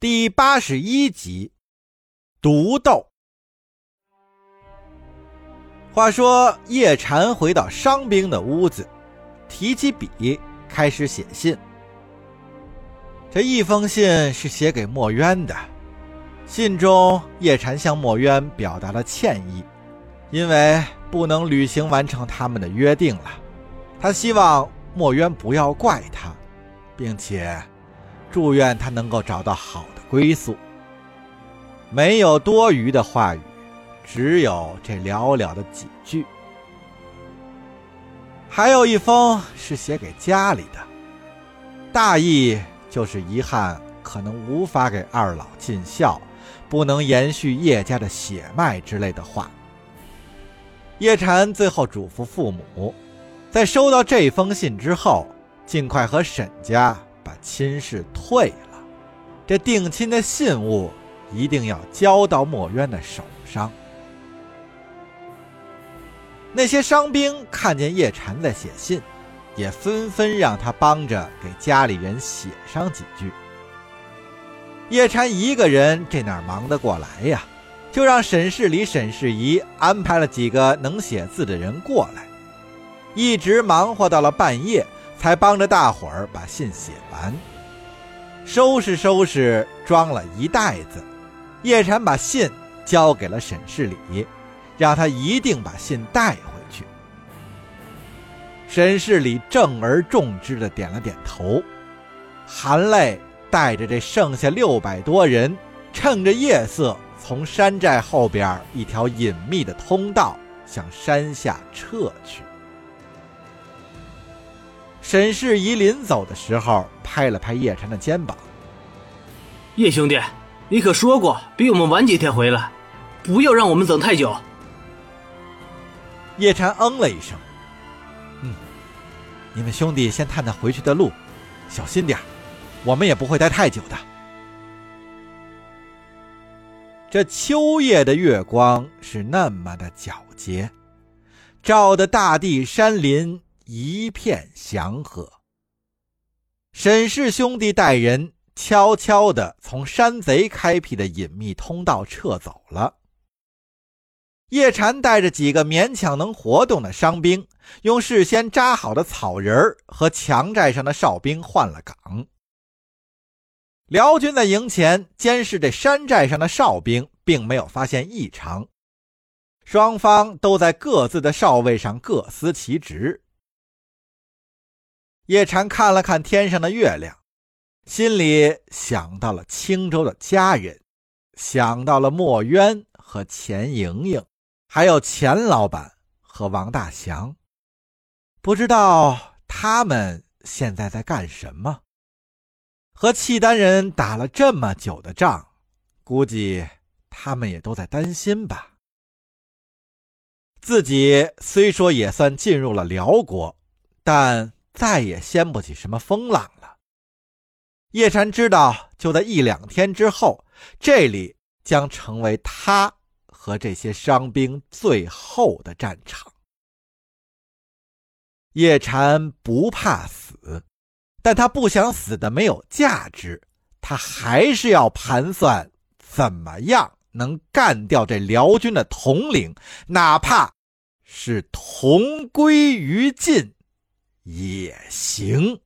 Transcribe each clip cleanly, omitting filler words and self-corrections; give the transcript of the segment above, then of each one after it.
第81集独斗。话说叶禅回到伤兵的屋子，提起笔开始写信。这一封信是写给墨渊的，信中叶禅向墨渊表达了歉意，因为不能履行完成他们的约定了，他希望墨渊不要怪他，并且祝愿他能够找到好的归宿。没有多余的话语，只有这寥寥的几句。还有一封是写给家里的，大意就是遗憾可能无法给二老尽孝，不能延续叶家的血脉之类的话。叶禅最后嘱咐父母，在收到这封信之后，尽快和沈家把亲事退了，这定亲的信物一定要交到墨渊的手上。那些伤兵看见叶禅在写信，也纷纷让他帮着给家里人写上几句。叶禅一个人这哪忙得过来呀，就让沈世礼、沈世仪安排了几个能写字的人过来，一直忙活到了半夜，才帮着大伙儿把信写完。收拾装了一袋子，叶禅把信交给了沈世礼，让他一定把信带回去。沈世礼正而重之地点了点头，含泪带着这剩下600多人，趁着夜色从山寨后边一条隐秘的通道向山下撤去。沈世仪临走的时候拍了拍叶禅的肩膀， 叶兄弟，你可说过比我们晚几天回来，不要让我们等太久。 叶禅嗯了一声，你们兄弟先探探回去的路，小心点，我们也不会待太久的。这秋夜的月光是那么的皎洁，照得大地山林一片祥和。沈氏兄弟带人悄悄地从山贼开辟的隐秘通道撤走了。叶禅带着几个勉强能活动的伤兵，用事先扎好的草人和墙寨上的哨兵换了岗。辽军在营前监视这山寨上的哨兵，并没有发现异常，双方都在各自的哨位上各司其职。叶禅看了看天上的月亮，心里想到了青州的家人，想到了墨渊和钱莹莹，还有钱老板和王大祥。不知道他们现在在干什么？和契丹人打了这么久的仗，估计他们也都在担心吧。自己虽说也算进入了辽国，但再也掀不起什么风浪了。叶禅知道，就在1-2天之后，这里将成为他和这些伤兵最后的战场。叶禅不怕死，但他不想死的没有价值，他还是要盘算怎么样能干掉这辽军的统领，哪怕是同归于尽也行。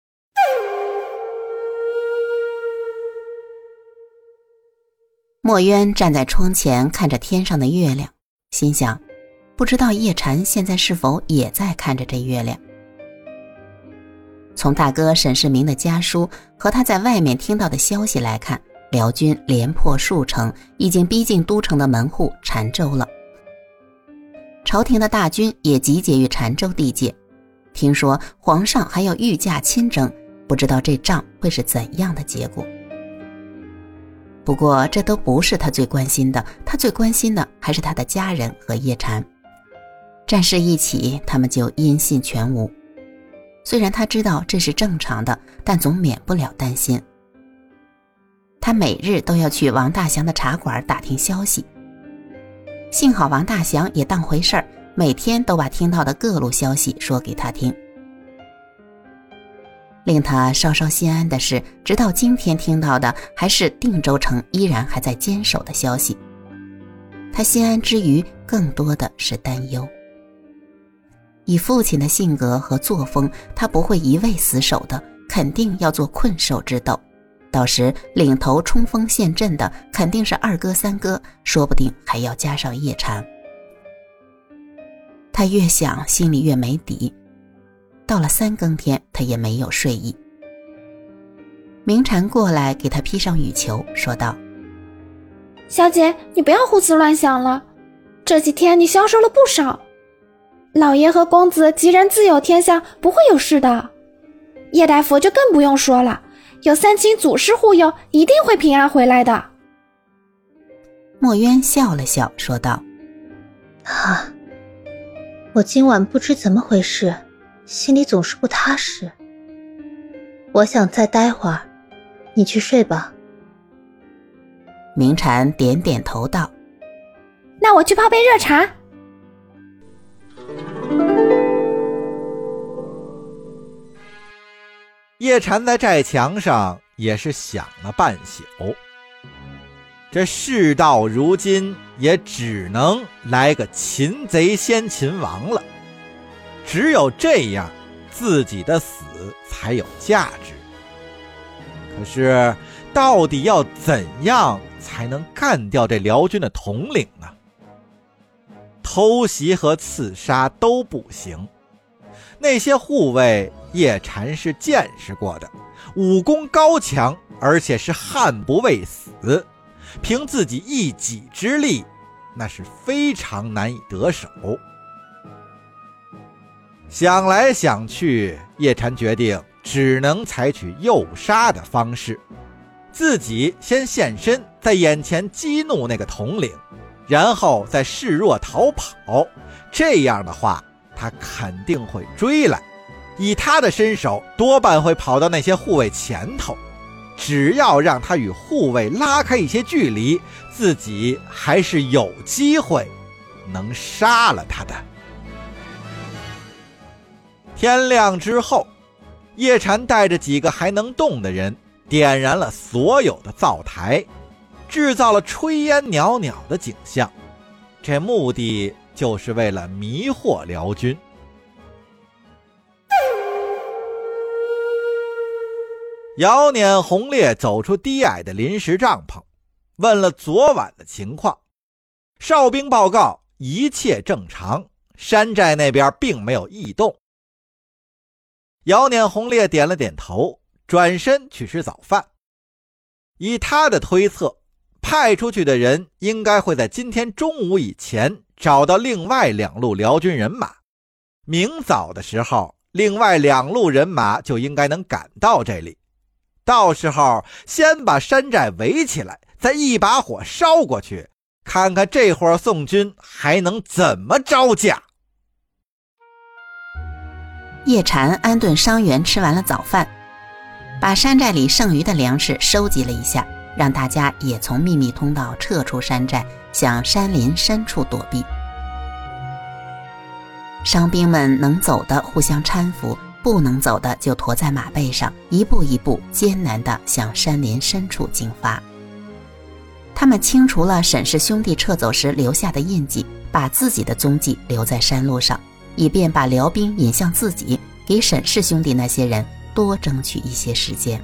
墨渊站在窗前看着天上的月亮，心想，不知道叶禅现在是否也在看着这月亮。从大哥沈世民的家书和他在外面听到的消息来看，辽军连破数城，已经逼近都城的门户澶州了。朝廷的大军也集结于澶州地界，听说皇上还要御驾亲征，不知道这仗会是怎样的结果。不过这都不是他最关心的，他最关心的还是他的家人和叶禅。战事一起，他们就音信全无。虽然他知道这是正常的，但总免不了担心。他每日都要去王大祥的茶馆打听消息。幸好王大祥也当回事儿，每天都把听到的各路消息说给他听。 令他稍稍心安的是，直到今天听到的还是定州城依然还在坚守的消息。他心安之余，更多的是担忧。以父亲的性格和作风，他不会一味死守的，肯定要做困兽之斗。到时领头冲锋陷阵的肯定是二哥三哥，说不定还要加上叶禅。他越想心里越没底，到了3更天他也没有睡意。明禅过来给他披上羽裘，说道： 小姐，你不要胡思乱想了，这几天你消瘦了不少，老爷和公子吉人自有天相，不会有事的。叶大夫就更不用说了，有3清祖师护佑，一定会平安回来的。 墨渊笑了笑，说道： 我今晚不知怎么回事，心里总是不踏实。我想再待会儿，你去睡吧。 明禅点点头道： 那我去泡杯热茶。 叶禅在寨墙上也是想了半宿，这世道如今也只能来个擒贼先擒王了，只有这样自己的死才有价值。可是到底要怎样才能干掉这辽军的统领呢？偷袭和刺杀都不行，那些护卫叶禅是见识过的，武功高强，而且是悍不畏死，凭自己一己之力那是非常难以得手。想来想去，叶禅决定只能采取诱杀的方式，自己先现身，在眼前激怒那个统领，然后再示弱逃跑，这样的话他肯定会追来，以他的身手多半会跑到那些护卫前头，只要让他与护卫拉开一些距离，自己还是有机会能杀了他的。天亮之后，叶禅带着几个还能动的人，点燃了所有的灶台，制造了炊烟袅袅的景象，这目的就是为了迷惑辽军。姚辇、洪烈走出低矮的临时帐篷，问了昨晚的情况。哨兵报告一切正常，山寨那边并没有异动。姚辇、洪烈点了点头，转身去吃早饭。以他的推测，派出去的人应该会在今天中午以前找到另外2路辽军人马，明早的时候另外2路人马就应该能赶到这里，到时候先把山寨围起来，再一把火烧过去，看看这伙宋军还能怎么招架。 叶禅安顿伤员吃完了早饭，把山寨里剩余的粮食收集了一下，让大家也从秘密通道撤出山寨，向山林深处躲避。伤兵们能走的互相搀扶，不能走的就驮在马背上，一步一步艰难地向山林深处进发。他们清除了沈氏兄弟撤走时留下的印记，把自己的踪迹留在山路上，以便把辽兵引向自己，给沈氏兄弟那些人多争取一些时间。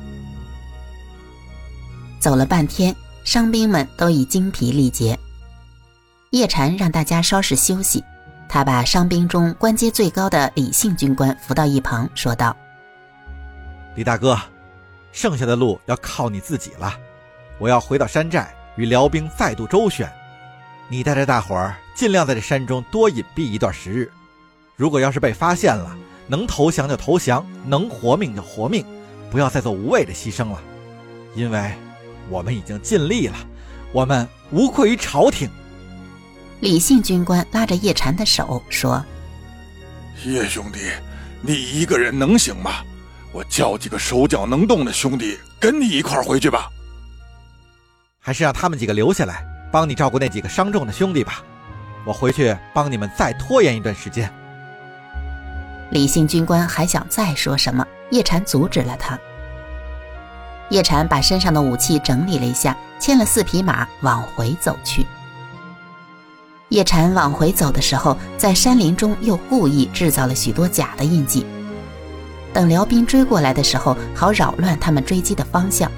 走了半天，伤兵们都已精疲力竭。叶禅让大家稍事休息，他把伤兵中官阶最高的李姓军官扶到一旁，说道： 李大哥，剩下的路要靠你自己了，我要回到山寨与辽兵再度周旋，你带着大伙儿尽量在这山中多隐蔽一段时日，如果要是被发现了，能投降就投降，能活命就活命，不要再做无谓的牺牲了，因为我们已经尽力了，我们无愧于朝廷。 李姓军官拉着叶禅的手说： 叶兄弟，你一个人能行吗？我叫几个手脚能动的兄弟跟你一块儿回去吧。 还是让他们几个留下来帮你照顾那几个伤重的兄弟吧，我回去帮你们再拖延一段时间。 李姓军官还想再说什么， 叶禅阻止了他。叶禅把身上的武器整理了一下，牵了4匹马往回走去。叶禅往回走的时候，在山林中又故意制造了许多假的印记，等辽兵追过来的时候，好扰乱他们追击的方向。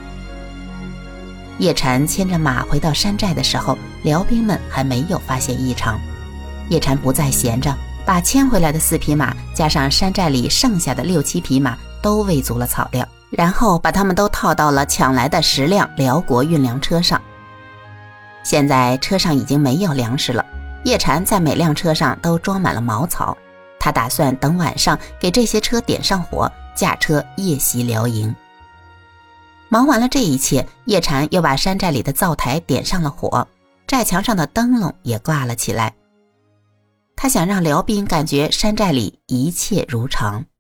叶禅牵着马回到山寨的时候，辽兵们还没有发现异常。叶禅不再闲着，把牵回来的4匹马加上山寨里剩下的6、7匹马都喂足了草料，然后把他们都套到了抢来的10辆辽国运粮车上。现在车上已经没有粮食了，叶禅在每辆车上都装满了茅草，他打算等晚上给这些车点上火，驾车夜袭辽营。忙完了这一切，叶禅又把山寨里的灶台点上了火，寨墙上的灯笼也挂了起来。他想让辽兵感觉山寨里一切如常。